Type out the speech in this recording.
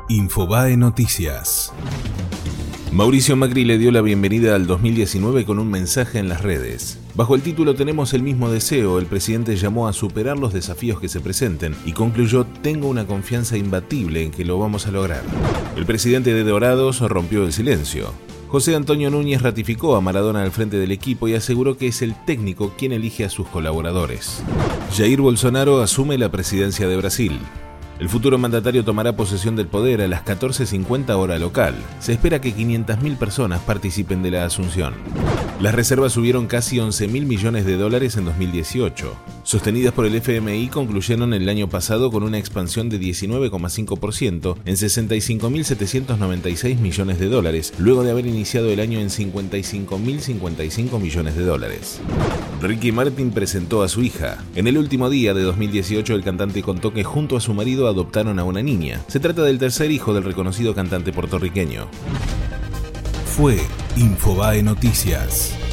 Infobae Noticias. Mauricio Macri le dio la bienvenida al 2019 con un mensaje en las redes. Bajo el título "Tenemos el mismo deseo", el presidente llamó a superar los desafíos que se presenten y concluyó: "Tengo una confianza imbatible en que lo vamos a lograr". El presidente de Dorados rompió el silencio. José Antonio Núñez ratificó a Maradona al frente del equipo y aseguró que es el técnico quien elige a sus colaboradores. Jair Bolsonaro asume la presidencia de Brasil. El futuro mandatario tomará posesión del poder a las 14:50 hora local. Se espera que 500.000 personas participen de la asunción. Las reservas subieron casi $11.000 millones en 2018. Sostenidas por el FMI, concluyeron el año pasado con una expansión de 19,5% en $65.796 millones, luego de haber iniciado el año en $55.055 millones. Ricky Martin presentó a su hija. En el último día de 2018, el cantante contó que junto a su marido adoptaron a una niña. Se trata del tercer hijo del reconocido cantante puertorriqueño. Fue Infobae Noticias.